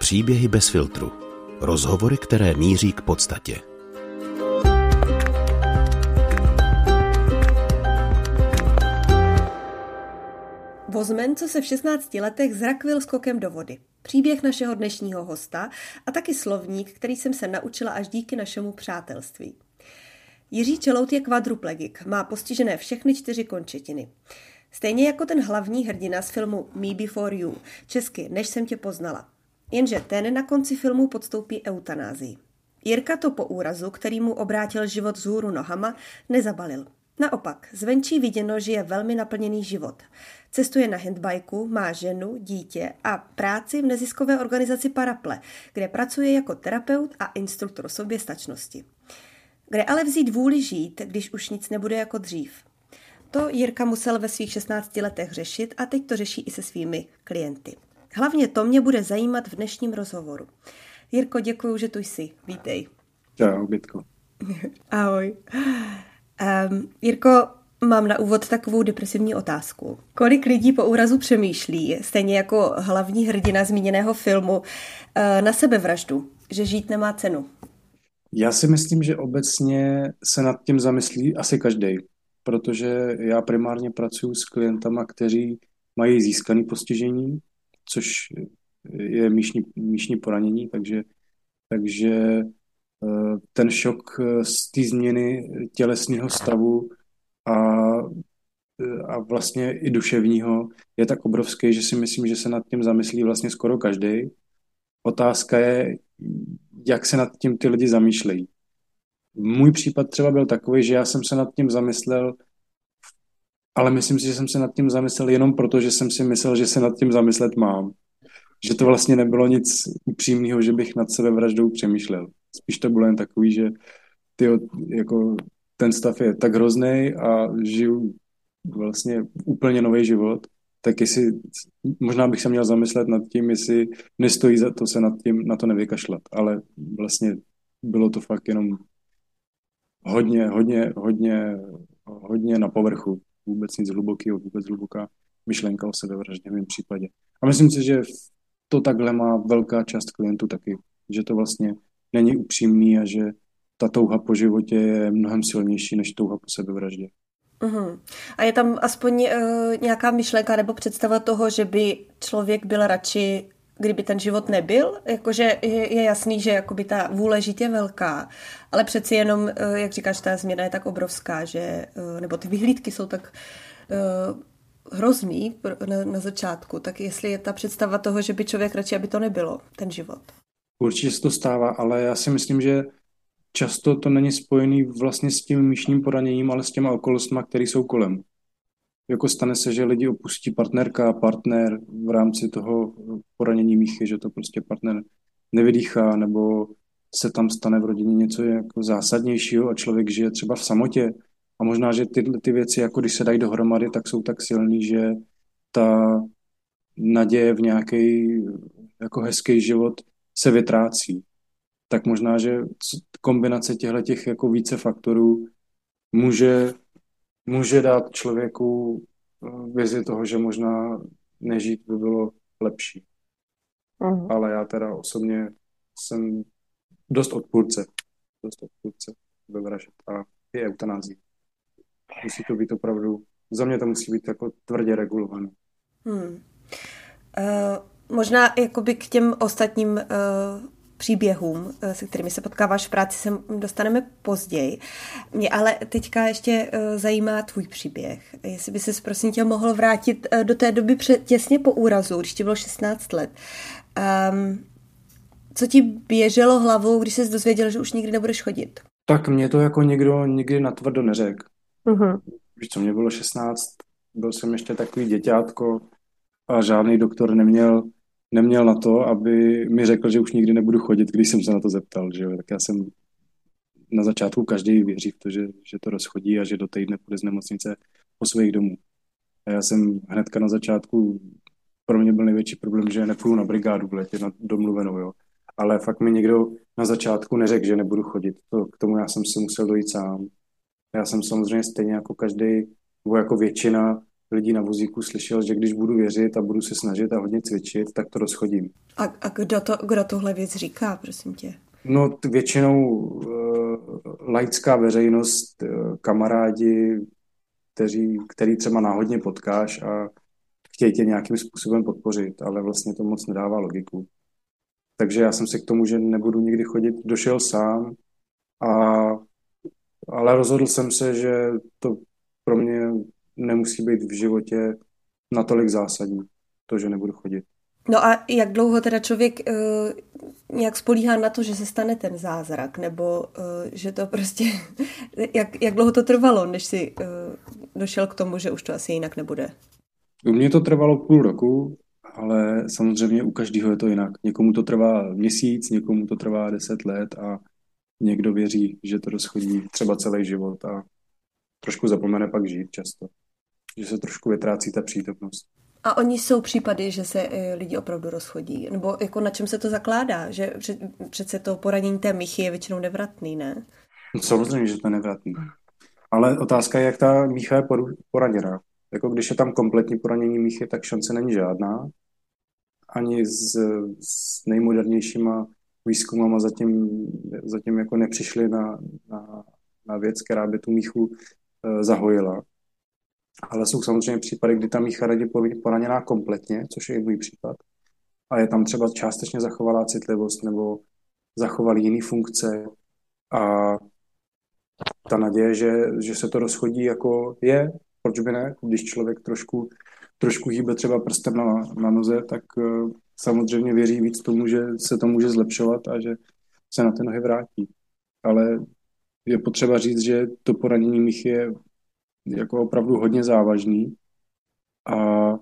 Příběhy bez filtru. Rozhovory, které míří k podstatě. Vozmen, co se v 16 letech zrakvil skokem do vody. Příběh našeho dnešního hosta a taky slovník, který jsem se naučila až díky našemu přátelství. Jiří Čelout je kvadruplegik, má postižené všechny 4 končetiny. Stejně jako ten hlavní hrdina z filmu Me Before You, česky Než jsem tě poznala. Jenže ten na konci filmu podstoupí eutanázii. Jirka to po úrazu, který mu obrátil život vzhůru nohama, nezabalil. Naopak, zvenčí viděno žije velmi naplněný život. Cestuje na handbajku, má ženu, dítě a práci v neziskové organizaci Paraple, kde pracuje jako terapeut a instruktor soběstačnosti. Kde ale vzít vůli žít, když už nic nebude jako dřív? To Jirka musel ve svých 16 letech řešit a teď to řeší i se svými klienty. Hlavně to mě bude zajímat v dnešním rozhovoru. Jirko, děkuju, že tu jsi. Vítej. Čau, Bětko. Ahoj. Jirko, mám na úvod takovou depresivní otázku. Kolik lidí po úrazu přemýšlí, stejně jako hlavní hrdina zmíněného filmu, na sebevraždu, že žít nemá cenu? Já si myslím, že obecně se nad tím zamyslí asi každý, protože já primárně pracuji s klientama, kteří mají získané postižení, což je míšní poranění, takže ten šok z té změny tělesného stavu a vlastně i duševního je tak obrovský, že si myslím, že se nad tím zamyslí vlastně skoro každý. Otázka je, jak se nad tím ty lidi zamýšlejí. Můj případ třeba byl takový, že já jsem se nad tím zamyslel, ale myslím si, že jsem se nad tím zamyslel jenom proto, že jsem si myslel, že se nad tím zamyslet mám. Že to vlastně nebylo nic upřímného, že bych nad sebevraždou přemýšlel. Spíš to bylo jen takový, že jako ten stav je tak hrozný a žiju vlastně úplně nový život, tak jestli možná bych se měl zamyslet nad tím, jestli nestojí za to se na to nevykašlat. Ale vlastně bylo to fakt jenom hodně na povrchu. Vůbec nic hlubokého, vůbec hluboká myšlenka o sebevraždě v mém případě. A myslím si, že to takhle má velká část klientů taky, že to vlastně není upřímný a že ta touha po životě je mnohem silnější než touha po sebevraždě. Uhum. A je tam aspoň nějaká myšlenka nebo představa toho, že by člověk byl radši, kdyby ten život nebyl? Jakože je jasný, že jakoby ta vůle žít je velká, ale přeci jenom, jak říkáš, ta změna je tak obrovská, že, nebo ty vyhlídky jsou tak hrozný na začátku, tak jestli je ta představa toho, že by člověk radši, aby to nebylo, ten život. Určitě se to stává, ale já si myslím, že často to není spojený vlastně s tím míšním poraněním, ale s těma okolnostmi, které jsou kolem. Jako stane se, že lidi opustí partner v rámci toho poranění míchy, že to prostě partner nevydýchá, nebo se tam stane v rodině něco jako zásadnějšího a člověk žije třeba v samotě. A možná, že ty věci, jako když se dají dohromady, tak jsou tak silný, že ta naděje v nějaký jako hezký život se vytrácí. Tak možná, že kombinace těchto jako více faktorů může dát člověku vizi toho, že možná nežít by bylo lepší. Ale já teda osobně jsem dost odpůrce sebevražd a i eutanázii. Musí to být opravdu, za mě to musí být jako tvrdě regulované. Možná jakoby k těm ostatním příběhům, se kterými se potkáváš v práci, se dostaneme později. Mě ale teďka ještě zajímá tvůj příběh. Jestli by ses prosím tě mohl vrátit do té doby těsně po úrazu, když ti bylo 16 let. Co ti běželo hlavou, když jsi dozvěděl, že už nikdy nebudeš chodit? Tak mě to jako nikdo nikdy natvrdo neřekl. Víš co, mě bylo 16, byl jsem ještě takový děťátko a žádný doktor neměl na to, aby mi řekl, že už nikdy nebudu chodit, když jsem se na to zeptal. Že jo? Tak já jsem na začátku každý věří v to, že to rozchodí a že do týdne půjde z nemocnice po svých domů. A já jsem hnedka na začátku, pro mě byl největší problém, že nepůjdu na brigádu v létě na domluvenou. Jo? Ale fakt mi někdo na začátku neřekl, že nebudu chodit. K tomu já jsem si musel dojít sám. Já jsem samozřejmě stejně jako každý, nebo jako většina, lidí na vozíku slyšel, že když budu věřit a budu se snažit a hodně cvičit, tak to rozchodím. A kdo tohle věc říká, prosím tě? No, většinou laická veřejnost, kamarádi, který třeba náhodně potkáš a chtějí tě nějakým způsobem podpořit, ale vlastně to moc nedává logiku. Takže já jsem se k tomu, že nebudu nikdy chodit, došel sám, ale rozhodl jsem se, že to pro mě nemusí být v životě natolik zásadní, to, že nebudu chodit. No a jak dlouho teda člověk nějak spolíhá na to, že se stane ten zázrak, nebo že to prostě, jak dlouho to trvalo, než si došel k tomu, že už to asi jinak nebude? U mě to trvalo půl roku, ale samozřejmě u každého je to jinak. Někomu to trvá měsíc, někomu to trvá 10 let a někdo věří, že to rozchodí třeba celý život a trošku zapomene pak žít často. Že se trošku vytrácí ta přítomnost. A oni jsou případy, že se lidi opravdu rozchodí? Nebo jako na čem se to zakládá? Že přece to poranění té míchy je většinou nevratný, ne? No, samozřejmě, že to je nevratný. Ale otázka je, jak ta mícha je poraněná. Jako když je tam kompletní poranění míchy, tak šance není žádná. Ani s nejmodernějšíma výzkumama zatím jako nepřišli na věc, která by tu míchu zahojila. Ale jsou samozřejmě případy, kdy ta mícha není poraněná kompletně, což je i můj případ. A je tam třeba částečně zachovalá citlivost nebo zachovalý jiný funkce. A ta naděje, že se to rozchodí, jako je, proč by ne? Když člověk trošku hýbe třeba prstem na noze, tak samozřejmě věří víc tomu, že se to může zlepšovat a že se na ty nohy vrátí. Ale je potřeba říct, že to poranění míchy je jako opravdu hodně závažný a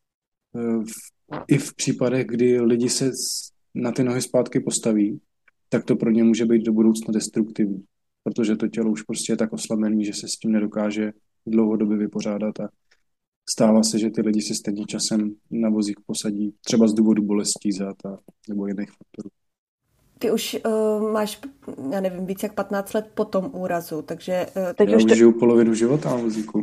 i v případech, kdy lidi se na ty nohy zpátky postaví, tak to pro ně může být do budoucna destruktivní, protože to tělo už prostě je tak oslabený, že se s tím nedokáže dlouhodobě vypořádat a stává se, že ty lidi se stejně časem na vozík posadí, třeba z důvodu bolestí zad nebo jiných faktorů. Ty už máš, já nevím, víc jak 15 let po tom úrazu, takže... Já už žiju polovinu života na vozíku.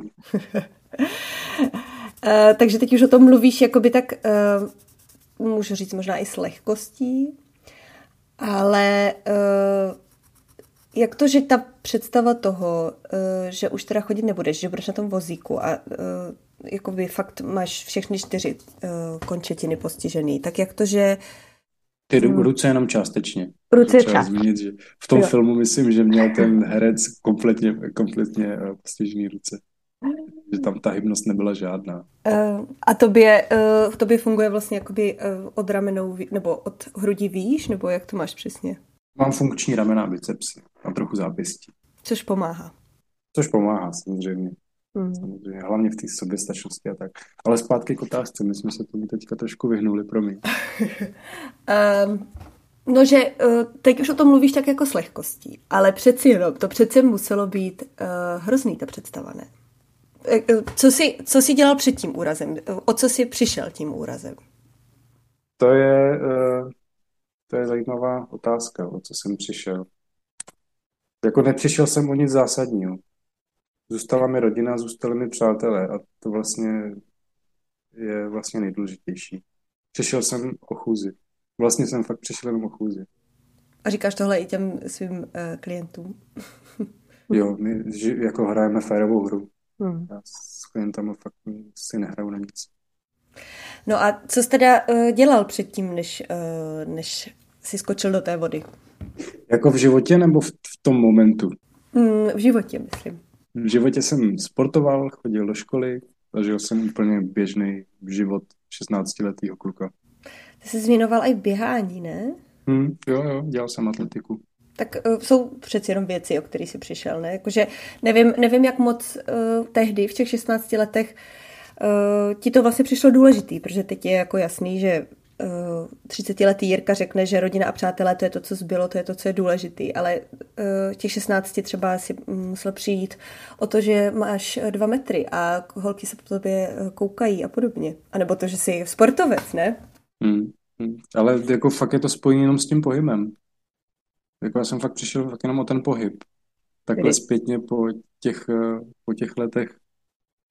Takže teď už o tom mluvíš, jakoby tak, můžu říct možná i s lehkostí, ale jak to, že ta představa toho, že už teda chodit nebudeš, že budeš na tom vozíku a jakoby fakt máš všechny 4 končetiny postižený, tak jak to, že... Ty ruce jenom částečně. Ruce třeba zmínit, že v tom filmu myslím, že měl ten herec kompletně postižený ruce. Že tam ta hybnost nebyla žádná. A v tobě funguje vlastně jakoby od ramenou, nebo od hrudi výš, nebo jak to máš přesně? Mám funkční ramena a bicepsy a trochu zápěstí. Což pomáhá. Což pomáhá, samozřejmě. Samozřejmě. Hlavně v té soběstačnosti a tak. Ale zpátky k otázce, my jsme se tomu teďka trošku vyhnuli, promiň. No, že teď už o tom mluvíš tak jako s lehkostí, ale přeci jenom, to přece muselo být hrozný ta představa, ne? Co jsi dělal před tím úrazem? O co jsi přišel tím úrazem? To je zajímavá otázka, o co jsem přišel. Jako nepřišel jsem o nic zásadního. Zůstala mi rodina, zůstali mi přátelé a to vlastně je vlastně nejdůležitější. Přišel jsem o chůzi. Vlastně jsem fakt přišel jenom o chůzi. A říkáš tohle i těm svým klientům? Jo, my jako hrajeme férovou hru. Já s klientama fakt si nehraju na nic. No a co jsi teda dělal předtím, než jsi skočil do té vody? Jako v životě nebo v tom momentu? V životě, myslím. V životě jsem sportoval, chodil do školy, zažil jsem úplně běžný život 16letého kluka. Ty jsi věnoval i běhání, ne? Jo, dělal jsem atletiku. Tak jsou přeci jenom věci, o kterých jsi přišel, ne? Jakože nevím, jak moc tehdy, v těch 16 letech, ti to vlastně přišlo důležitý, protože teď je jako jasný, že 30letý Jirka řekne, že rodina a přátelé to je to, co zbylo, to je to, co je důležitý, ale těch 16 třeba si musel přijít o to, že máš 2 metry a holky se po tobě koukají a podobně. A nebo to, že jsi sportovec, ne? Ale jako fakt je to spojené jenom s tím pohybem. Jako já jsem fakt přišel fakt jenom o ten pohyb. Takhle zpětně po těch letech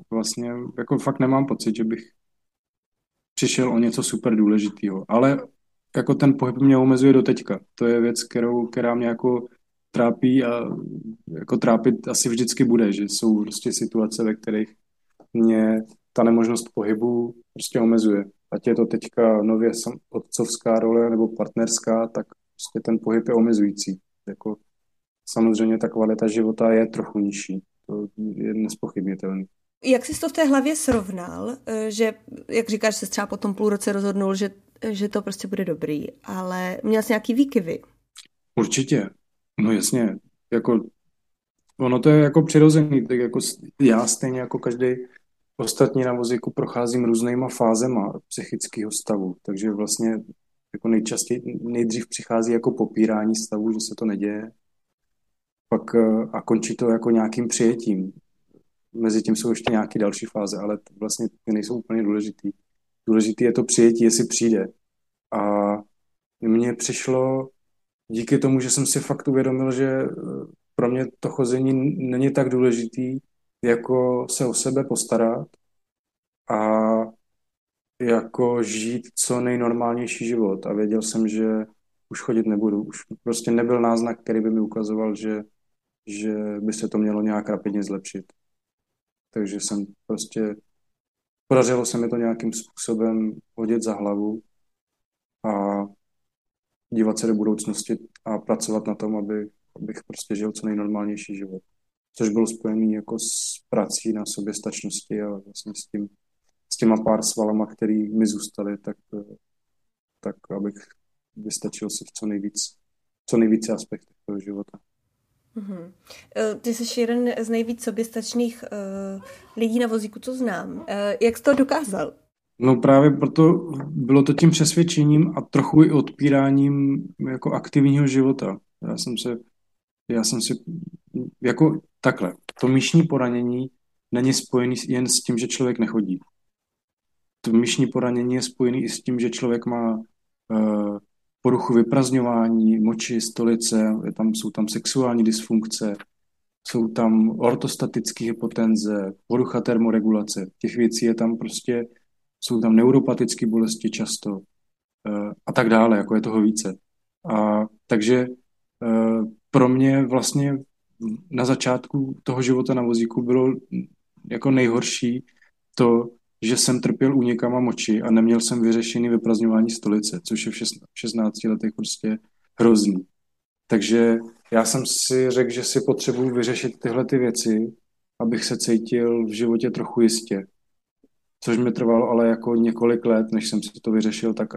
vlastně jako fakt nemám pocit, že bych přišel o něco super důležitého. Ale jako ten pohyb mě omezuje do teďka. To je věc, která mě jako trápí a jako trápit asi vždycky bude, že jsou prostě situace, ve kterých mě ta nemožnost pohybu prostě omezuje. Ať je to teďka nově otcovská role nebo partnerská, tak prostě ten pohyb je omezující. Jako samozřejmě ta kvalita života je trochu nižší. To je nespochybnitelné. Jak jsi to v té hlavě srovnal, že, jak říkáš, se třeba po tom půl roce rozhodnul, že to prostě bude dobrý, ale měl jsi nějaký výkyvy? Určitě. No jasně. Jako, ono to je jako přirozený. Tak jako já stejně jako každý ostatní na vozíku procházím různýma fázema psychického stavu. Takže vlastně jako nejdřív přichází jako popírání stavu, že se to neděje. Pak a končí to jako nějakým přijetím. Mezi tím jsou ještě nějaké další fáze, ale vlastně ty nejsou úplně důležitý. Důležitý je to přijetí, jestli přijde. A mně přišlo díky tomu, že jsem si fakt uvědomil, že pro mě to chození není tak důležitý, jako se o sebe postarat a jako žít co nejnormálnější život. A věděl jsem, že už chodit nebudu. Už prostě nebyl náznak, který by mi ukazoval, že by se to mělo nějak rapidně zlepšit. Takže jsem prostě, podařilo se mi to nějakým způsobem hodit za hlavu a dívat se do budoucnosti a pracovat na tom, abych prostě žil co nejnormálnější život. Což bylo spojené jako s prací na soběstačnosti a vlastně s těma pár svalama, který mi zůstaly, tak abych vystačil si v co nejvíce aspektech toho života. Mm-hmm. Ty jsi jeden z nejvíc soběstačných lidí na vozíku, co znám. Jak jsi to dokázal? No právě proto bylo to tím přesvědčením a trochu i odpíráním jako aktivního života. Já jsem si jako takhle, to míšní poranění není spojený jen s tím, že člověk nechodí. To míšní poranění je spojený i s tím, že člověk má poruchu vyprazňování, moči, stolice, jsou tam sexuální dysfunkce, jsou tam ortostatické hypotenze, porucha termoregulace. Těch věcí je tam prostě, jsou tam neuropatické bolesti často a tak dále, jako je toho více. Takže pro mě vlastně na začátku toho života na vozíku bylo jako nejhorší to, že jsem trpěl únikama moči a neměl jsem vyřešený vyprazňování stolice, což je v 16 letech prostě hrozný. Takže já jsem si řekl, že si potřebuji vyřešit tyhle ty věci, abych se cítil v životě trochu jistě. Což mi trvalo ale jako několik let, než jsem si to vyřešil, tak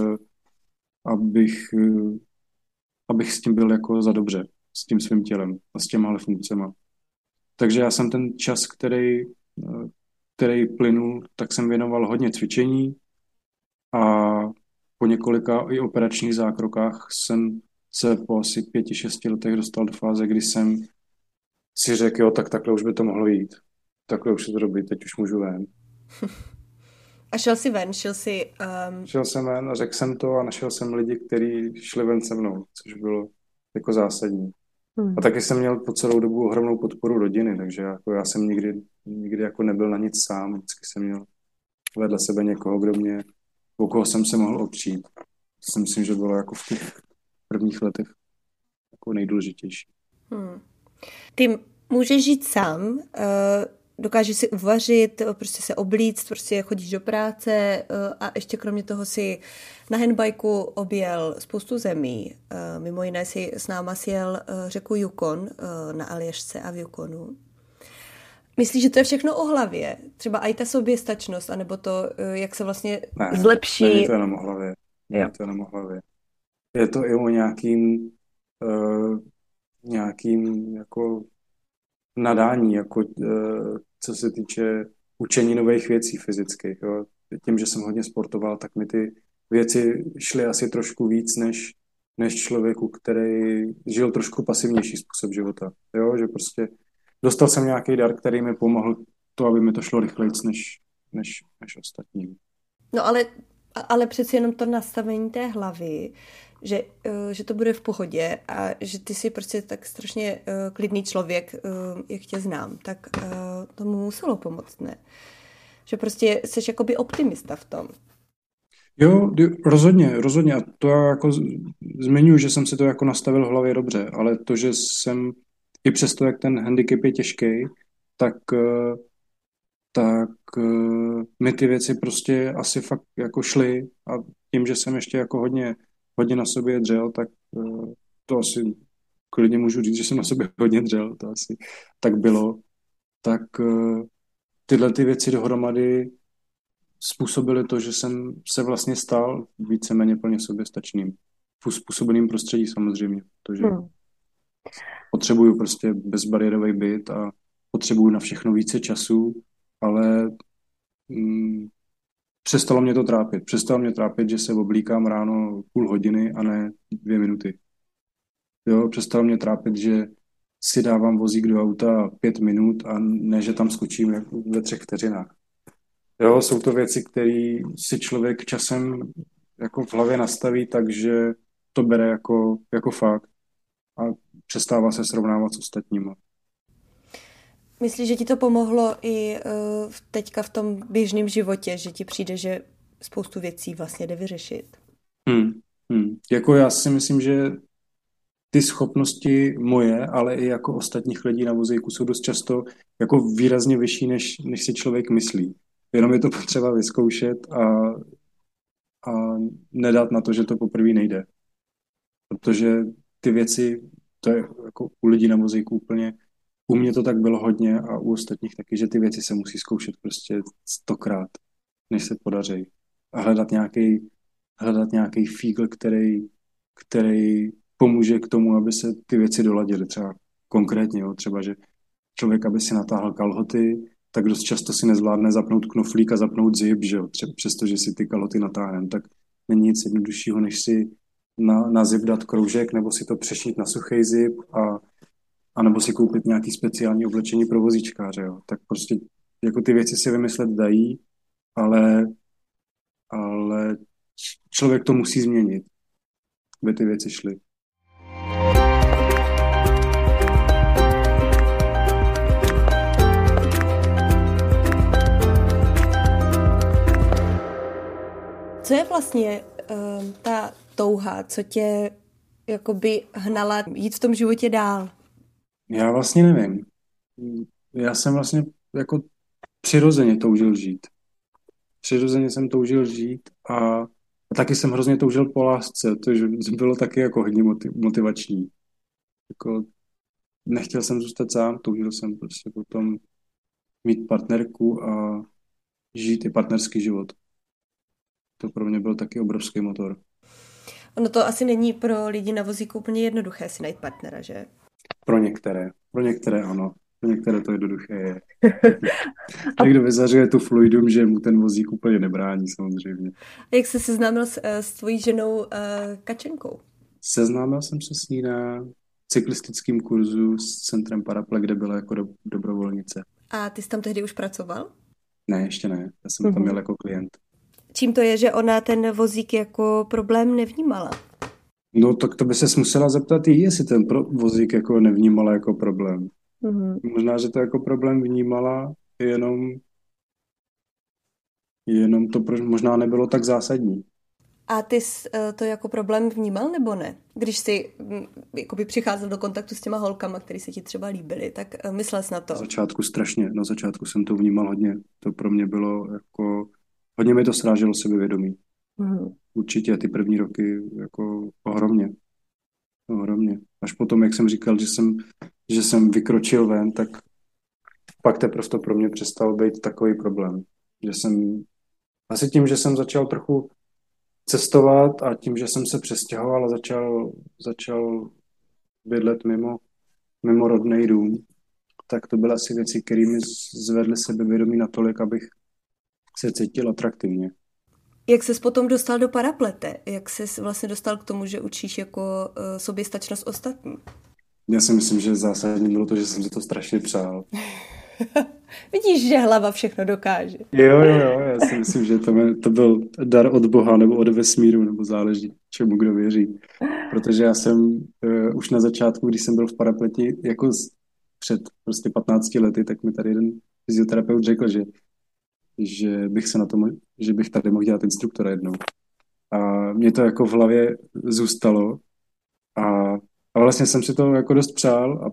abych s tím byl jako za dobře, s tím svým tělem a s těma funkcema. Takže já jsem ten čas, který plynul, tak jsem věnoval hodně cvičení a po několika i operačních zákrokách jsem se po asi 5-6 letech dostal do fáze, kdy jsem si řekl, jo, tak takhle už by to mohlo jít. Takhle už se to robí, teď už můžu ven. A šel jsi ven, Šel jsem ven a řekl jsem to a našel jsem lidi, kteří šli ven se mnou, což bylo jako zásadní. A taky jsem měl po celou dobu ohromnou podporu rodiny, takže jako já jsem nikdy jako nebyl na nic sám, vždycky jsem měl vedle sebe někoho, o koho jsem se mohl opřít. To si myslím, že bylo jako v těch prvních letech jako nejdůležitější. Ty můžeš žít sám, dokážeš si uvařit, prostě se oblíct, prostě chodíš do práce a ještě kromě toho si na handbajku objel spoustu zemí. Mimo jiné si s náma sjel řeku Yukon na Aljašce a v Yukonu. Myslíš, že to je všechno o hlavě? Třeba i ta soběstačnost, anebo to, jak se vlastně zlepší? Není to jenom o hlavě. Je to i o nějakým jako nadání, jako co se týče učení nových věcí fyzických. Jo. Tím, že jsem hodně sportoval, tak mi ty věci šly asi trošku víc, než člověku, který žil trošku pasivnější způsob života. Jo, že prostě dostal jsem nějaký dar, který mi pomohl to, aby mi to šlo rychleji než ostatním. No ale přeci jenom to nastavení té hlavy že to bude v pohodě a že ty jsi prostě tak strašně klidný člověk, jak tě znám, tak tomu muselo pomoct, ne? Že prostě jsi jakoby optimista v tom. Jo, rozhodně. A to já jako zmiňuji, že jsem si to jako nastavil v hlavě dobře, ale to, že jsem i přesto, jak ten handicap je těžký, tak, mi ty věci prostě asi fakt jako šly a tím, že jsem ještě jako hodně na sobě dřel, tak to asi klidně můžu říct, že jsem na sobě hodně dřel, to asi tak bylo, tak tyhle ty věci dohromady způsobily to, že jsem se vlastně stal víceméně plně soběstačným. V způsobeným prostředí samozřejmě, protože potřebuju prostě bezbariérový byt a potřebuju na všechno více času, ale přestalo mě to trápit. Přestalo mě trápit, že se oblíkám ráno půl hodiny a ne 2 minuty. Jo, přestalo mě trápit, že si dávám vozík do auta 5 minut a ne, že tam skočím ve 3 vteřinách. Jo, jsou to věci, které si člověk časem jako v hlavě nastaví, takže to bere jako fakt a přestává se srovnávat s ostatními. Myslíš, že ti to pomohlo i teďka v tom běžném životě, že ti přijde, že spoustu věcí vlastně jde vyřešit? Jako já si myslím, že ty schopnosti moje, ale i jako ostatních lidí na vozíku jsou dost často jako výrazně vyšší, než si člověk myslí. Jenom je to potřeba vyzkoušet a nedat na to, že to poprvé nejde. Protože ty věci, to je jako u lidí na vozíku úplně, u mě to tak bylo hodně a u ostatních taky, že ty věci se musí zkoušet prostě 100krát, než se podaří. A hledat nějaký fígl, který pomůže k tomu, aby se ty věci doladily. Třeba konkrétně, jo, třeba, že člověk, aby si natáhl kalhoty, tak dost často si nezvládne zapnout knoflík a zapnout zip, že jo, třeba přestože si ty kalhoty natáhneme, tak není nic jednoduššího, než si na zip dát kroužek, nebo si to přešít na suchý zip a nebo si koupit nějaký speciální oblečení pro vozíčkáře, jo. Tak prostě jako ty věci si vymyslet dají, ale člověk to musí změnit, aby ty věci šly. Co je vlastně ta touha, co tě jakoby hnala jít v tom životě dál? Já vlastně nevím. Já jsem vlastně jako přirozeně toužil žít. Přirozeně jsem toužil žít a taky jsem hrozně toužil po lásce, to bylo taky jako hodně motivační. Jako nechtěl jsem zůstat sám, toužil jsem prostě potom mít partnerku a žít i partnerský život. To pro mě byl taky obrovský motor. Ono to asi není pro lidi na vozíku úplně jednoduché si najít partnera, že? Pro některé ano. Pro některé to jednoduché je. Někdo vyzařuje tu fluidum, že mu ten vozík úplně nebrání samozřejmě. A jak jsi se seznámil s tvojí ženou Kačenkou? Seznámil jsem se s ní na cyklistickém kurzu s centrem Paraple, kde byla jako dobrovolnice. A ty jsi tam tehdy už pracoval? Ne, ještě ne. Já jsem tam měl jako klient. Čím to je, že ona ten vozík jako problém nevnímala? No tak to by ses musela zeptat i jestli ten vozík jako nevnímala jako problém. Možná, že to jako problém vnímala, jenom to možná nebylo tak zásadní. A ty jsi to jako problém vnímal nebo ne? Když jsi jakoby přicházel do kontaktu s těma holkama, které se ti třeba líbily, tak myslel jsi na to? Na začátku jsem to vnímal hodně. To pro mě bylo jako, hodně mi to sráželo sebevědomí. Určitě ty první roky jako ohromně. Až potom, jak jsem říkal, že jsem vykročil ven, tak pak teprve pro mě přestal být takový problém. Asi tím, že jsem začal trochu cestovat a tím, že jsem se přestěhoval a začal bydlet mimo rodný dům, tak to byly asi věci, které mi zvedly sebevědomí natolik, abych se cítil atraktivně. Jak ses potom dostal do Paraplete? Jak ses vlastně dostal k tomu, že učíš jako soběstačnost ostatní? Já si myslím, že zásadní bylo to, že jsem si to strašně přál. Vidíš, že hlava všechno dokáže. Jo, já si myslím, že to byl dar od Boha nebo od vesmíru, nebo záleží, čemu kdo věří. Protože já jsem už na začátku, když jsem byl v parapleti, jako před prostě 15 lety, tak mi tady jeden fyzioterapeut řekl, že bych se na to, že bych tady mohl dělat instruktora jednou. A mě to jako v hlavě zůstalo a, a vlastně jsem si to jako dost přál a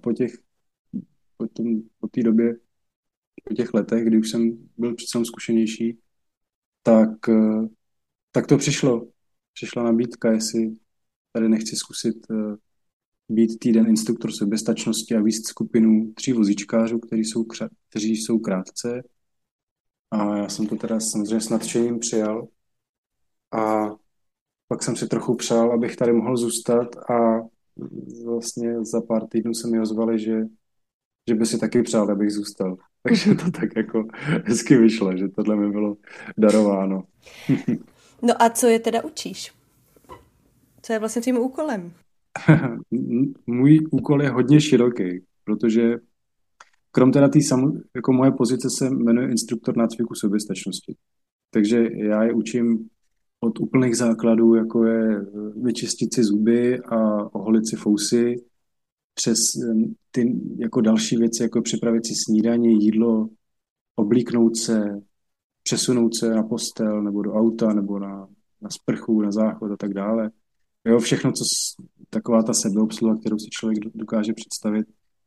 po té době, po těch letech, kdy už jsem byl přece zkušenější, tak, tak to přišlo. Přišla nabídka, jestli tady nechci zkusit být týden instruktor soběstačnosti a vést skupinu 3 vozíčkářů, kteří jsou krátce. A já jsem to teda samozřejmě s nadšením přijal. A pak jsem si trochu přál, abych tady mohl zůstat a vlastně za pár týdnů se mi ozvali, že by si taky přál, abych zůstal. Takže to tak jako hezky vyšlo, že tohle mi bylo darováno. No a co je teda učíš? Co je vlastně tvým úkolem? Můj úkol je hodně široký, protože krom teda jako moje pozice se jmenuje instruktor nácviku soběstačnosti. Takže já je učím od úplných základů, jako je vyčistit si zuby a oholit si fousy, přes ty jako další věci, jako připravit si snídaní, jídlo, oblíknout se, přesunout se na postel nebo do auta nebo na sprchu, na záchod a tak dále. Jo, všechno, taková ta sebeobsluha, kterou si člověk dokáže představit,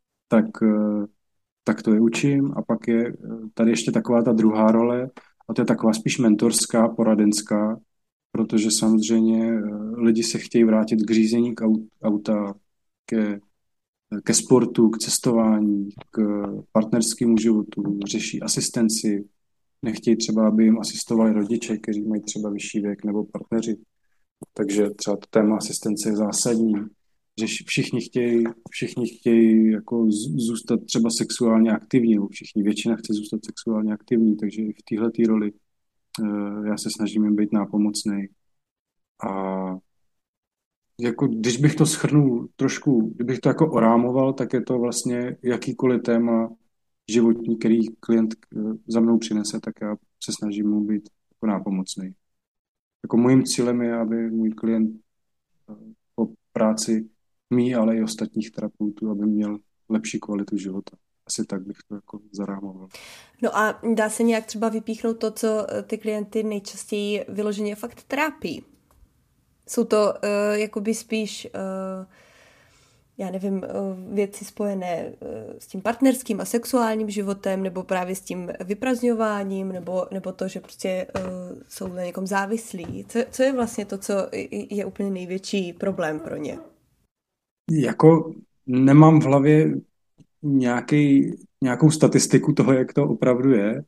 tak to je učím. A pak je tady ještě taková ta druhá role, a to je taková spíš mentorská, poradenská, protože samozřejmě lidi se chtějí vrátit k řízení auta, ke sportu, k cestování, k partnerskému životu, řeší asistenci, nechtějí třeba, aby jim asistovali rodiče, kteří mají třeba vyšší věk, nebo partneři. Takže třeba to téma asistence je zásadní. Že všichni chtějí jako zůstat třeba sexuálně aktivní, nebo většina chce zůstat sexuálně aktivní, takže i v téhleté roli já se snažím jim být nápomocnej. A jako, když bych to shrnul trošku, kdybych to jako orámoval, tak je to vlastně jakýkoliv téma životní, který klient za mnou přinese, tak já se snažím mu být jako nápomocnej. Jako mojím cílem je, aby můj klient po práci mý, ale i ostatních terapeutů, aby měl lepší kvalitu života. Asi tak bych to jako zarámoval. No a dá se nějak třeba vypíchnout to, co ty klienty nejčastěji vyloženě fakt trápí? Jsou to jakoby spíš, já nevím, věci spojené s tím partnerským a sexuálním životem, nebo právě s tím vyprazňováním, nebo to, že prostě jsou na někom závislí. Co je vlastně to, co je úplně největší problém pro ně? Jako nemám v hlavě nějakou statistiku toho, jak to opravdu je,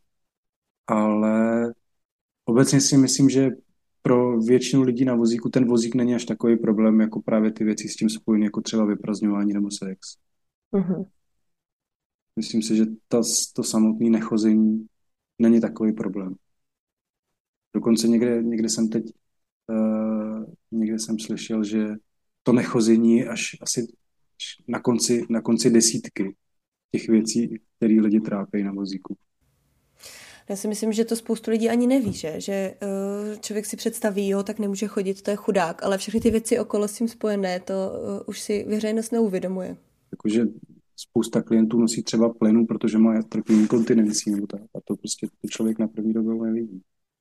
ale obecně si myslím, že pro většinu lidí na vozíku ten vozík není až takový problém, jako právě ty věci s tím spojené, jako třeba vyprazňování nebo sex. Uh-huh. Myslím si, že to samotné nechození není takový problém. Dokonce někde jsem teď někde jsem slyšel, že to nechození je až asi na konci desítky těch věcí, které lidi trápí na vozíku. Já si myslím, že to spoustu lidí ani neví, že člověk si představí, jo, tak nemůže chodit, to je chudák, ale všechny ty věci okolo s tím spojené, to už si veřejnost neuvědomuje. Jakože spousta klientů nosí třeba plenu, protože má trpí inkontinencí nebo tak, a to prostě to člověk na první dobu nevidí.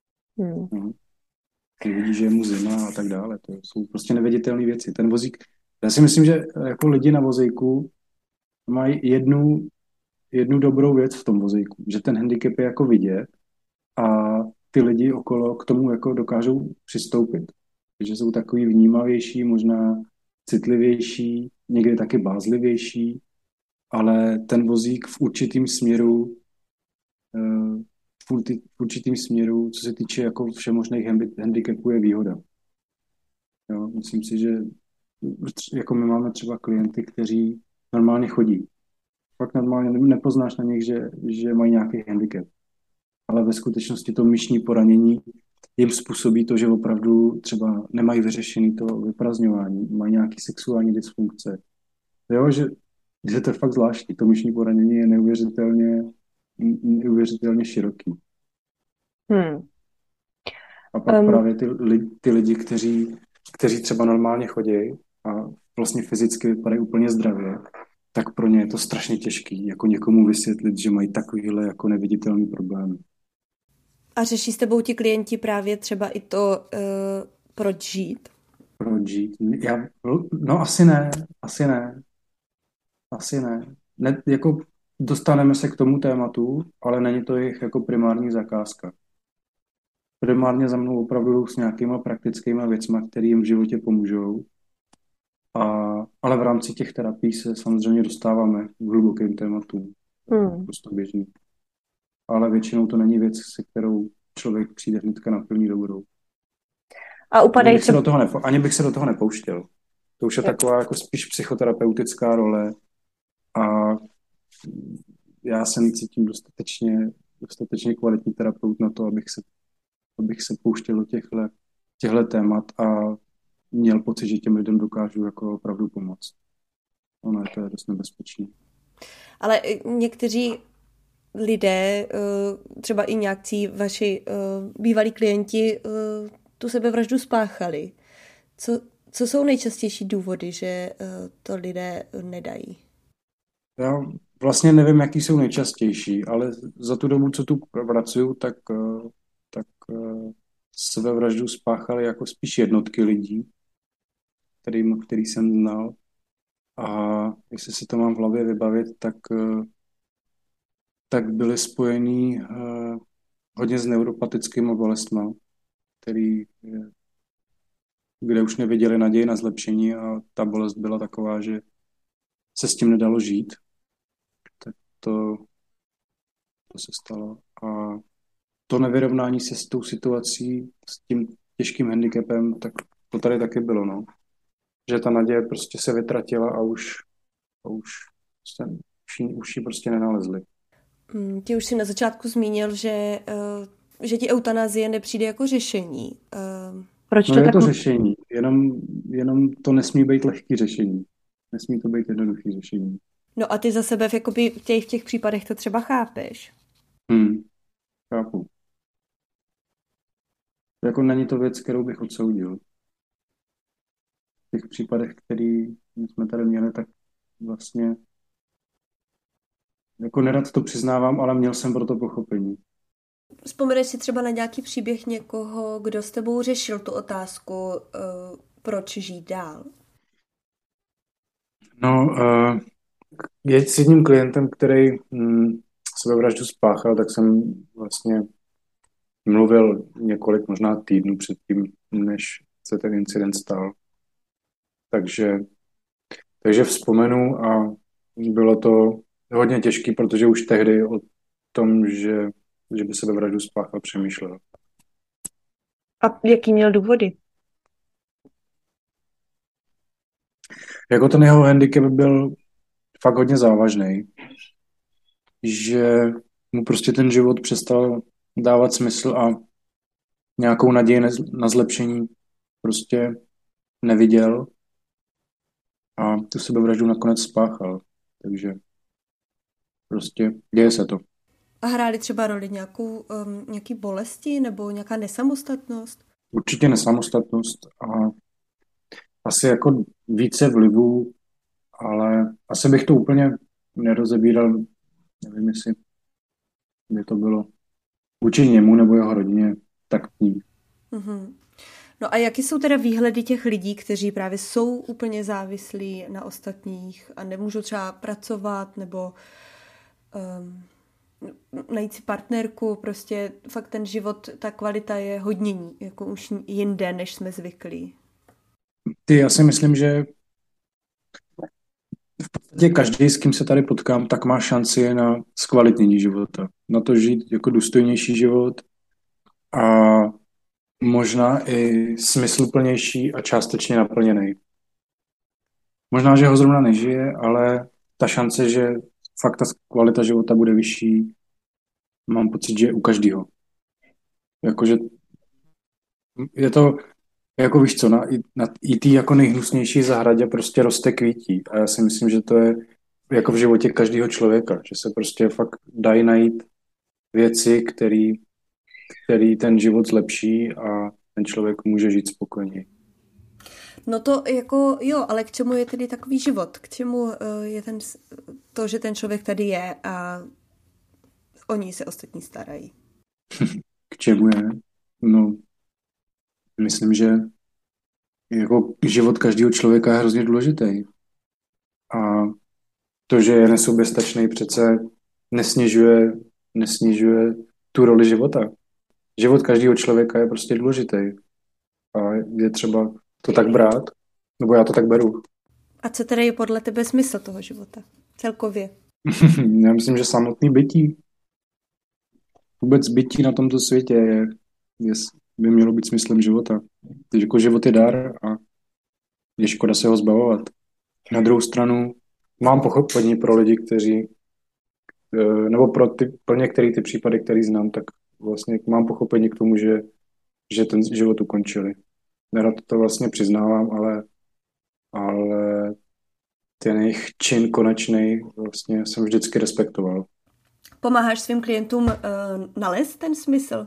Nevidí, že je mu zima a tak dále. To jsou prostě neviditelné věci. Ten vozík, já si myslím, že jako lidi na vozíku mají jednu dobrou věc v tom vozíku, že ten handicap je jako vidět a ty lidi okolo k tomu jako dokážou přistoupit. Že jsou takový vnímavější, možná citlivější, někdy taky bázlivější, ale ten vozík v určitým směru, co se týče jako všemožných handicapů, je výhoda. Jo, myslím si, že jako my máme třeba klienty, kteří normálně chodí. Pak normálně nepoznáš na nich, že mají nějaký handicap. Ale ve skutečnosti to myšní poranění jim způsobí to, že opravdu třeba nemají vyřešený to vyprazňování, mají nějaký sexuální dysfunkce. Jo, že to je fakt zvláštní. To myšní poranění je neuvěřitelně neuvěřitelně široký. Hmm. A pak právě ty lidi, kteří třeba normálně chodí a vlastně fyzicky vypadají úplně zdravě, tak pro ně je to strašně těžký, jako někomu vysvětlit, že mají takovýhle jako neviditelný problémy. A řeší s tebou ti klienti právě třeba i to, proč žít? Proč žít? No asi ne. Asi ne. Jako dostaneme se k tomu tématu, ale není to jejich jako primární zakázka. Primárně za mnou opravdu s nějakýma praktickýma věcma, které jim v životě pomůžou. Ale v rámci těch terapií se samozřejmě dostáváme k hlubokým tématům. Prostě běžný. Ale většinou to není věc, se kterou člověk přijde hnedka na plný dobrou. A upadají Ani bych se do toho nepouštěl. To už je taková jako spíš psychoterapeutická role a já se necítím dostatečně kvalitní terapeut na to, abych se pouštěl do těchto témat a měl pocit, že těm lidem dokážu jako opravdu pomoct. Ono je to dost nebezpečné. Ale někteří lidé, třeba i nějakcí vaši bývalí klienti, tu sebevraždu spáchali. Co jsou nejčastější důvody, že to lidé nedají? Já vlastně nevím, jaký jsou nejčastější, ale za tu dobu, co tu pracuju, tak sebevraždu spáchali jako spíš jednotky lidí, který jsem znal. A jestli si to mám v hlavě vybavit, tak byly spojený hodně s neuropatickými bolestmi, kde už neviděli naději na zlepšení a ta bolest byla taková, že se s tím nedalo žít. Tak to se stalo. A to nevyrovnání se s tou situací, s tím těžkým handicapem, tak to tady taky bylo, no. Že ta naděje prostě se vytratila a už ji prostě nenalezli. Ty už si na začátku zmínil, že ti eutanazie nepřijde jako řešení. Proč to je to řešení, jenom to nesmí být lehký řešení. Nesmí to být jednoduchý řešení. No a ty za sebe v těch případech to třeba chápeš? Chápu. Jako není to věc, kterou bych odsoudil. V těch případech, který jsme tady měli, tak vlastně jako nerad to přiznávám, ale měl jsem pro to pochopení. Vzpomeneš si třeba na nějaký příběh někoho, kdo s tebou řešil tu otázku, proč žít dál? No, je s jedním klientem, který sebevraždu spáchal, tak jsem vlastně mluvil několik možná týdnů předtím, než se ten incident stal. Takže vzpomenu a bylo to hodně těžké, protože už tehdy o tom, že by sebevraždu spáchal, přemýšlel. A jaký měl důvody? Jako ten jeho handicap byl fakt hodně závažný, že mu prostě ten život přestal dávat smysl a nějakou naději na zlepšení prostě neviděl a tu sebevraždu nakonec spáchal. Takže prostě děje se to. A hrály třeba roli nějaký bolesti nebo nějaká nesamostatnost? Určitě nesamostatnost a asi jako více vlivů, ale asi bych to úplně nerozebíral. Nevím, jestli by to bylo vůči němu nebo jeho rodině taktní. Mm-hmm. No a jaký jsou teda výhledy těch lidí, kteří právě jsou úplně závislí na ostatních a nemůžou třeba pracovat nebo najít si partnerku, prostě fakt ten život, ta kvalita je hodně jako už jinde, než jsme zvyklí. Já si myslím, že v podstatě každý, s kým se tady potkám, tak má šanci na zkvalitnění života. Na to žít jako důstojnější život a možná i smysluplnější a částečně naplněný. Možná, že ho zrovna nežije, ale ta šance, že fakt ta kvalita života bude vyšší, mám pocit, že je u každého. Jakože je to, jako víš co, i té jako nejhnusnější zahradě prostě roste kvítí. A já si myslím, že to je jako v životě každého člověka, že se prostě fakt dají najít věci, který ten život zlepší a ten člověk může žít spokojeně. No to jako jo, ale k čemu je tedy takový život? K čemu je to, že ten člověk tady je a o ní se ostatní starají? K čemu je? No, myslím, že jako život každého člověka je hrozně důležitý. A to, že je nesoběstačný, přece nesnižuje tu roli života. Život každého člověka je prostě důležitý. A je třeba to tak brát, nebo já to tak beru. A co tedy je podle tebe smysl toho života? Celkově. Já myslím, že samotný bytí, vůbec bytí na tomto světě by mělo být smyslem života. Takže jako život je dar a je škoda se ho zbavovat. Na druhou stranu mám pochopení pro lidi, kteří, nebo pro některé ty případy, které znám, tak vlastně mám pochopení k tomu, že ten život ukončili. Nerad to vlastně přiznávám, ale ten jejich čin konečný vlastně jsem vždycky respektoval. Pomáháš svým klientům nalézt ten smysl?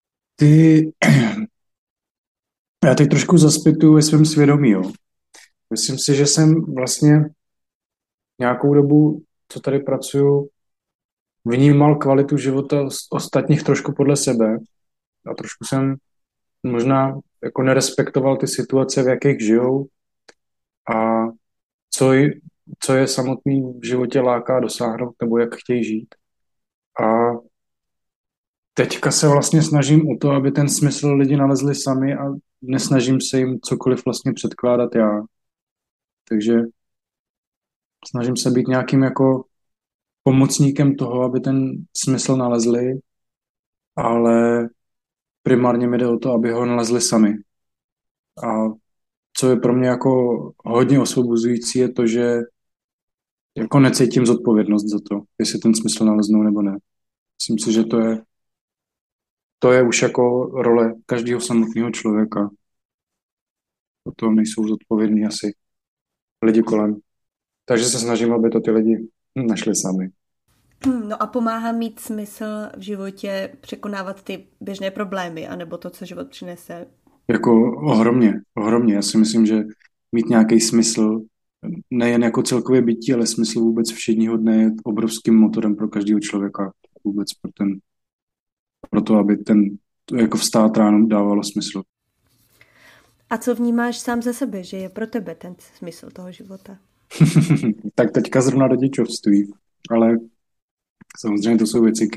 Já teď trošku zaspituju ve svém svědomí, jo. Myslím si, že jsem vlastně nějakou dobu, co tady pracuju, vnímal kvalitu života ostatních trošku podle sebe a trošku jsem možná jako nerespektoval ty situace, v jakých žijou a co je samotný v životě láká dosáhnout nebo jak chtějí žít. A teďka se vlastně snažím o to, aby ten smysl lidi nalezli sami a nesnažím se jim cokoliv vlastně předkládat já. Takže snažím se být nějakým jako pomocníkem toho, aby ten smysl nalezli, ale primárně mi jde o to, aby ho nalezli sami. A co je pro mě jako hodně osvobozující, je to, že jako necítím zodpovědnost za to, jestli ten smysl naleznou nebo ne. Myslím si, že to je už jako role každého samotného člověka. O tom nejsou zodpovědní asi lidi kolem. Takže se snažím, aby to ty lidi našli sami. No a pomáhá mít smysl v životě překonávat ty běžné problémy, anebo to, co život přinese? Jako ohromně. Já si myslím, že mít nějaký smysl, nejen jako celkově bytí, ale smysl vůbec všedního dne je obrovským motorem pro každého člověka. Vůbec pro to, aby jako vstát ráno dávalo smysl. A co vnímáš sám ze sebe, že je pro tebe ten smysl toho života? Tak teďka zrovna rodičovství, ale samozřejmě to jsou věci,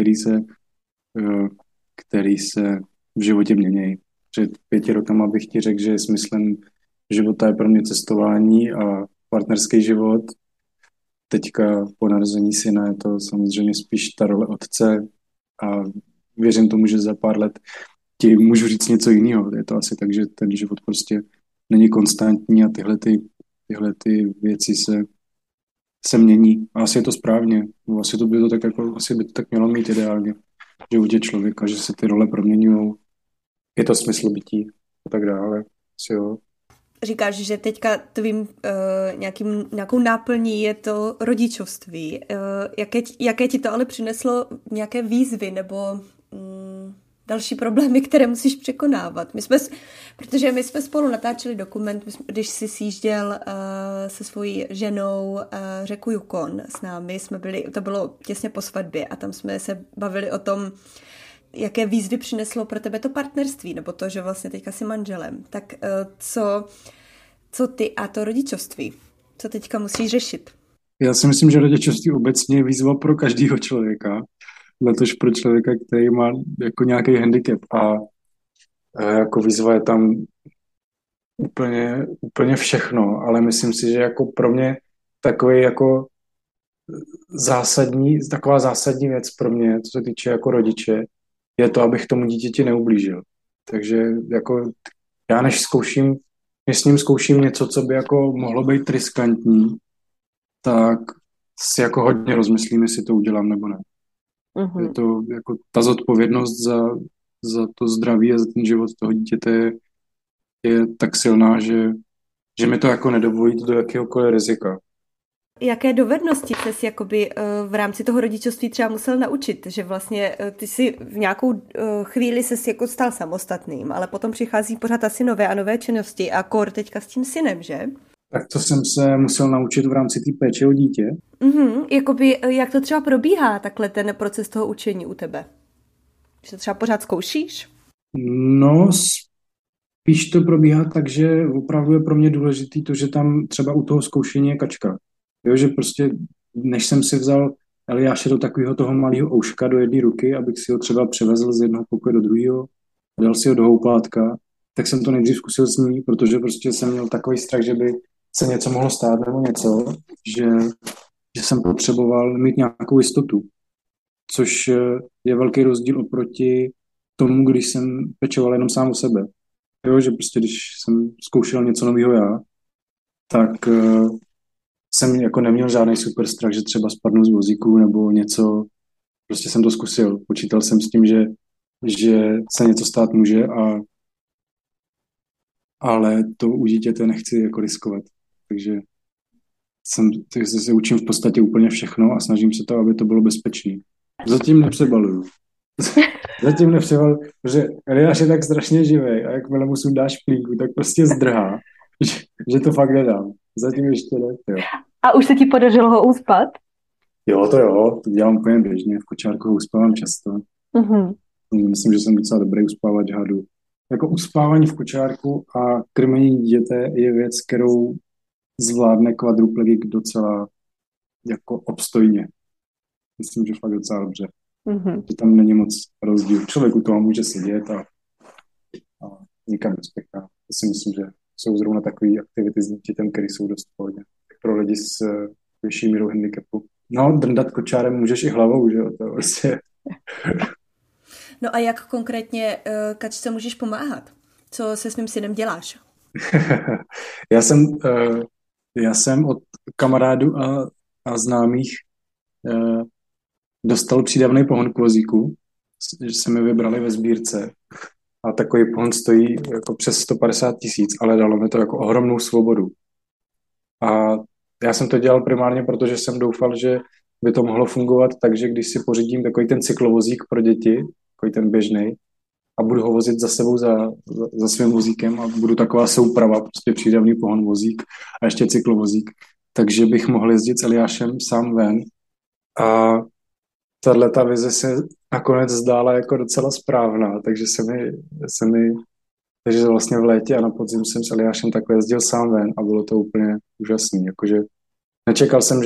které se v životě mění. Před 5 rokama bych ti řekl, že smyslem života je pro mě cestování a partnerský život. Teďka po narození syna je to samozřejmě spíš ta role otce a věřím tomu, že za pár let ti můžu říct něco jiného. Je to asi tak, že ten život prostě není konstantní a tyhle ty věci se mění. A asi je to správně. Asi by to tak mělo mít ideálně v životě člověka, že se ty role proměňují. Je to smysl bytí a tak dále. Asi jo. Říkáš, že teďka tvým nějakou náplní je to rodičovství. Jaké ti to ale přineslo nějaké výzvy nebo další problémy, které musíš překonávat? Protože my jsme spolu natáčeli dokument, když jsi sjížděl se svojí ženou řeku Yukon s námi, to bylo těsně po svatbě a tam jsme se bavili o tom, jaké výzvy přineslo pro tebe to partnerství, nebo to, že vlastně teďka jsi manželem. Tak co ty a to rodičovství? Co teďka musíš řešit? Já si myslím, že rodičovství obecně je výzva pro každého člověka, natož pro člověka, který má jako nějaký handicap a jako výzva je tam úplně všechno, ale myslím si, že jako pro mě taková zásadní věc pro mě, co se týče jako rodiče, je to, abych tomu dítěti neublížil. Takže jako já než s ním zkouším něco, co by jako mohlo být riskantní, tak si jako hodně rozmyslím, jestli to udělám nebo ne. Je to jako ta zodpovědnost za to zdraví a za ten život toho dítěte je tak silná, že mi to jako nedovolí do jakéhokoliv rizika. jaké dovednosti ses jakoby v rámci toho rodičovství třeba musel naučit, že vlastně ty si v nějakou chvíli ses jako stal samostatným, ale potom přichází pořád asi nové a nové činnosti a kor teďka s tím synem, že? Tak to jsem se musel naučit v rámci té péče o dítě. Jakoby, jak to třeba probíhá takhle ten proces toho učení u tebe? Že to třeba pořád zkoušíš? No, spíš to probíhá tak, že opravdu je pro mě důležitý to, že tam třeba u toho zkoušení je kačka. Jo, že prostě, než jsem si vzal Eliáše do takového toho malého ouška do jedné ruky, abych si ho třeba převezl z jednoho pokoje do druhého, dal si ho do houpátka, tak jsem to nejdřív zkusil s ní, protože prostě jsem měl takový strach, že by se něco mohlo stát nebo něco, že jsem potřeboval mít nějakou jistotu, což je velký rozdíl oproti tomu, když jsem pečoval jenom sám o sebe. Jo, že prostě když jsem zkoušel něco nového já, tak jsem jako neměl žádný super strach, že třeba spadnu z vozíku nebo něco. Prostě jsem to zkusil. Počítal jsem s tím, že se něco stát může, ale to u dítěte nechci jako riskovat. Takže se učím v podstatě úplně všechno a snažím se to, aby to bylo bezpečné. Zatím nepřebaluju. Protože Eliáš je tak strašně živý a jakmile mu sundáš plínku, tak prostě zdrhá, že to fakt nedám. Zatím ještě ne, jo. A už se ti podařilo ho uspat? Jo, to dělám úplně běžně. V kočárku ho uspávám často. Myslím, že jsem docela dobrý uspávač hadu. Jako uspávání v kočárku a krmení dítěte je věc, kterou zvládne kvadruplegik docela jako obstojně. Myslím, že fakt docela dobře. Že tam není moc rozdíl. Člověk u toho může sedět a nikam nespěchá. Já si myslím, že jsou zrovna takové aktivity s dítětem, které jsou dost v pohodě. Pro lidi s vyšší mírou handicapu. No, drndat kočárem můžeš i hlavou, že jo? To vlastně. No a jak konkrétně kačce můžeš pomáhat? Co se svým synem děláš? Já jsem od kamarádů a známých dostal přídavný pohon k vozíku, že se mi vybrali ve sbírce. A takový pohon stojí jako přes 150 000, ale dalo mi to jako ohromnou svobodu. A já jsem to dělal primárně, protože jsem doufal, že by to mohlo fungovat, takže když si pořídím takový ten cyklovozík pro děti, takový ten běžnej, a budu ho vozit za sebou za svým vozíkem a budu taková souprava, prostě přídavný pohon vozík a ještě cyklovozík, takže bych mohl jezdit s Eliášem sám ven. A tato vize se nakonec zdála jako docela správná, takže takže vlastně v létě a na podzim jsem s Eliášem takhle jezdil sám ven a bylo to úplně úžasný. Jakože nečekal jsem,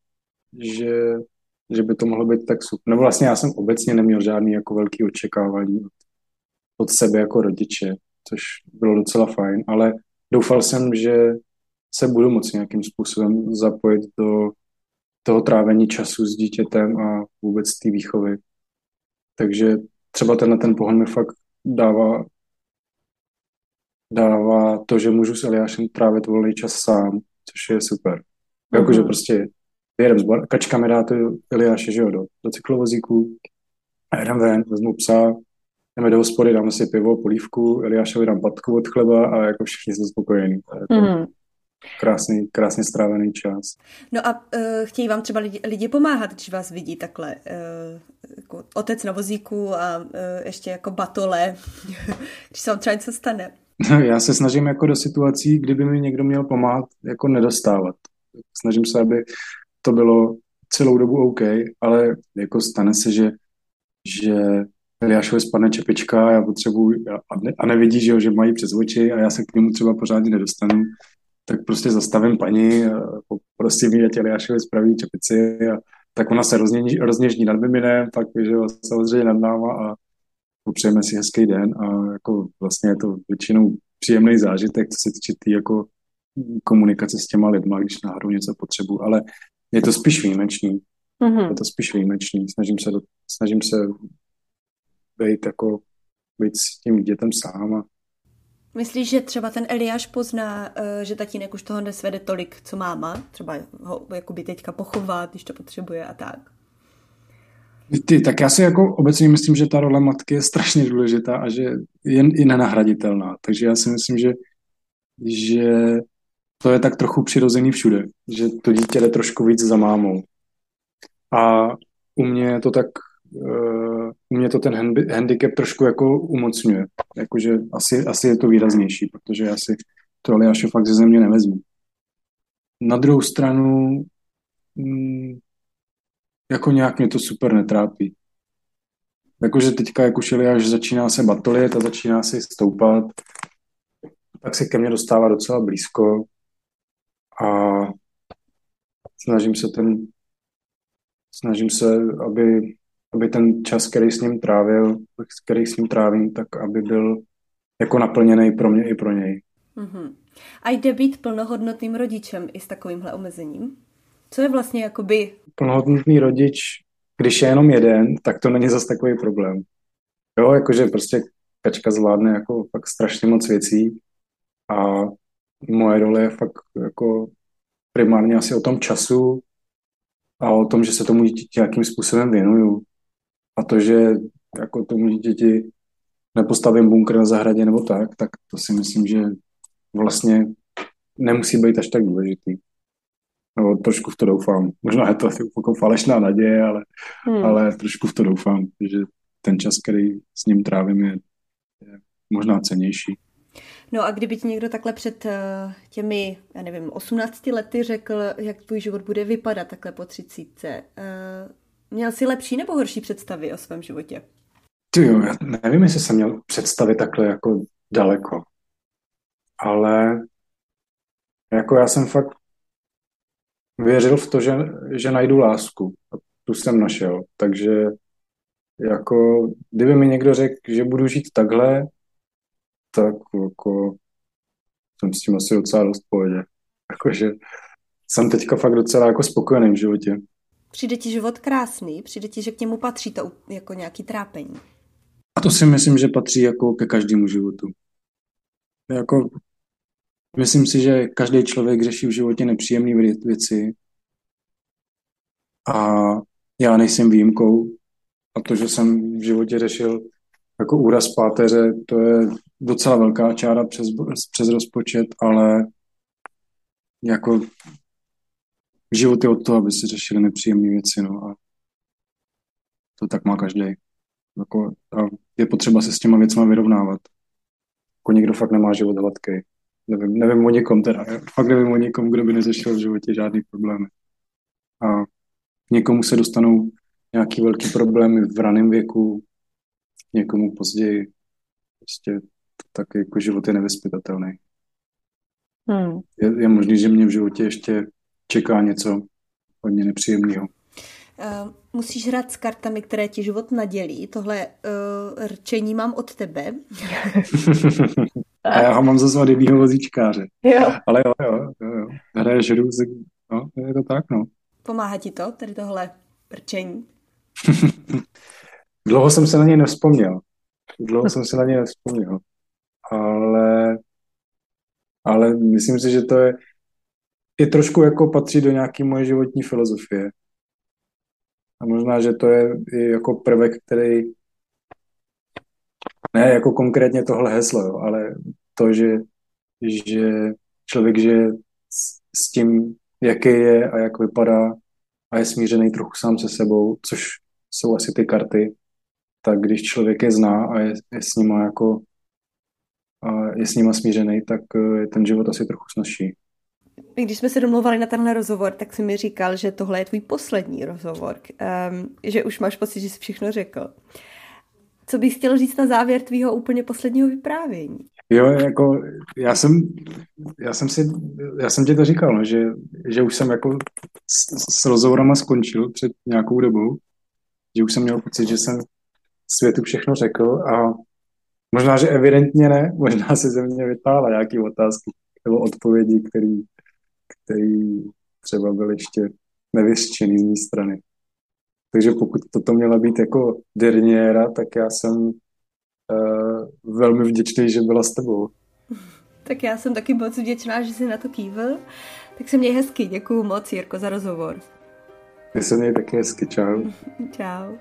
že by to mohlo být tak super. Nebo vlastně já jsem obecně neměl žádný jako velký očekávání od sebe jako rodiče, což bylo docela fajn, ale doufal jsem, že se budu moci nějakým způsobem zapojit do toho trávení času s dítětem a vůbec té výchovy. Takže třeba ten pohon mi fakt dává to, že můžu s Eliášem trávit volný čas sám, což je super. Jakože prostě jedem s kačkami dát Eliáše, že jo, do cyklovozíku a jedem ven, vezmu psa, jdeme do hospody, dáme si pivo, polívku, Eliášovi dám patku od chleba a jako všichni jsou spokojení. Krásně strávený čas. No a chtějí vám třeba lidi pomáhat, když vás vidí takhle jako otec na vozíku a ještě jako batole, když se vám třeba něco stane? Já se snažím jako do situací, kdyby mi někdo měl pomáhat, jako nedostávat. Snažím se, aby to bylo celou dobu OK, ale jako stane se, že Eliášovi spadne čepička a já potřebuji a nevidí, že mají přes oči a já se k němu třeba pořádně nedostanu, tak prostě zastavím paní a poprosím jí, ať Eliášovi spraví čepici a tak ona se rozněžní nad miminem, tak že samozřejmě nad náma a popřejeme si hezký den a jako vlastně je to většinou příjemný zážitek, co se týče tý jako komunikace s těma lidma, když náhodou něco potřebuji, ale je to spíš výjimečný. Je to spíš výjimečný. Snažím se být s tím dětem sám. A... Myslíš, že třeba ten Eliáš pozná, že tatínek už toho nesvede tolik, co máma? Třeba ho jakoby teďka pochovat, když to potřebuje a tak? Tak já si jako obecně myslím, že ta role matky je strašně důležitá a že je i nenahraditelná. Takže já si myslím, že to je tak trochu přirozený všude, že to dítě jde trošku víc za mámou. A u mě to tak, u mě to ten handicap trošku jako umocňuje. Jakože asi je to výraznější, protože já si to Eliáše fakt ze země nevezmu. Na druhou stranu, jako nějak mě to super netrápí. Jakože teďka, jak už Eliáš začíná se batolit a začíná si stoupat, tak se ke mně dostává docela blízko a snažím se, aby ten čas, který s ním trávím, tak aby byl jako naplněný pro mě i pro něj. Mm-hmm. A jde být plnohodnotným rodičem i s takovýmhle omezením? Co je vlastně jakoby... Plnohodnotný rodič, když je jenom jeden, tak to není zas takový problém. Jo, jakože prostě Kačka zvládne jako fakt strašně moc věcí a moje role je fakt jako primárně asi o tom času a o tom, že se tomu dítěti nějakým způsobem věnuju. A to, že jako tomu dítěti nepostavím bunkr na zahradě nebo tak to si myslím, že vlastně nemusí být až tak důležitý. No, trošku v to doufám. Možná je to jako falešná naděje, ale trošku v to doufám, že ten čas, který s ním trávím, je možná cennější. No a kdyby ti někdo takhle před těmi, 18 lety řekl, jak tvůj život bude vypadat takhle po 30, měl jsi lepší nebo horší představy o svém životě? Jo, já nevím, jestli jsem měl představy takhle jako daleko, ale jako já jsem fakt věřil v to, že najdu lásku. A tu jsem našel. Takže jako, kdyby mi někdo řekl, že budu žít takhle, tak jako jsem s tím asi docela dost v pohodě. Jakože jsem teďka fakt docela jako spokojený v životě. Přijde ti život krásný? Přijde ti, že k němu patří to jako nějaký trápení? A to si myslím, že patří jako ke každému životu. Jako, myslím si, že každý člověk řeší v životě nepříjemné věci a já nejsem výjimkou. A to, že jsem v životě řešil jako úraz páteře, to je docela velká čára přes rozpočet, ale jako život je od toho, aby se řešili nepříjemné věci, no a to tak má každý. Jako, a je potřeba se s těma věcma vyrovnávat. Jako někdo fakt nemá život hladký. Nevím o někom teda. Fakt nevím o někom, kdo by neřešil v životě žádný problémy. A někomu se dostanou nějaký velký problémy v raném věku, někomu později. Prostě tak jako život je nevyzpytatelný. Je možný, že mě v životě ještě čeká něco hodně nepříjemného. Musíš hrát s kartami, které ti život nadělí. Tohle rčení mám od tebe. A já ho mám zase od jedného vozíčkáře. Jo. Ale jo. Hraješ hru, no, je to tak, no. Pomáhá ti to, tady tohle rčení? Dlouho jsem se na něj nevzpomněl. Ale myslím si, že to je trošku jako patří do nějaké moje životní filozofie. A možná, že to je i jako prvek, který ne jako konkrétně tohle heslo, jo, ale to, že člověk žije s tím, jaký je a jak vypadá a je smířený trochu sám se sebou, což jsou asi ty karty, tak když člověk je zná a je s nima smířený, tak je ten život asi trochu snazší. Když jsme se domlouvali na tenhle rozhovor, tak jsi mi říkal, že tohle je tvůj poslední rozhovor, že už máš pocit, že jsi všechno řekl. Co bys chtěl říct na závěr tvýho úplně posledního vyprávění? Jo, jako já jsem ti to říkal, no, že už jsem jako s rozhovorama skončil před nějakou dobou, že už jsem měl pocit, že jsem světu všechno řekl a možná, že evidentně ne, možná se ze mě vytáhla nějaký otázky nebo odpovědi, který třeba byl ještě nevyřčený z mé strany. Takže pokud toto měla být jako derniéra, tak já jsem velmi vděčný, že byla s tebou. Tak já jsem taky moc vděčná, že jsi na to kývil. Tak se měj hezky. Děkuju moc, Jirko, za rozhovor. Ty se měj taky hezky. Čau. Čau.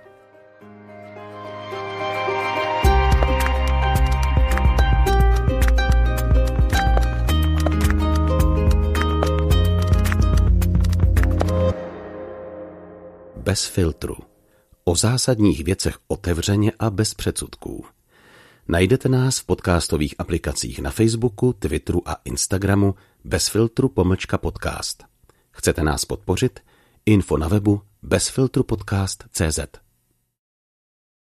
Bez filtru. O zásadních věcech otevřeně a bez předsudků. Najdete nás v podcastových aplikacích na Facebooku, Twitteru a Instagramu bezfiltru_podcast. Chcete nás podpořit? Info na webu bezfiltrupodcast.cz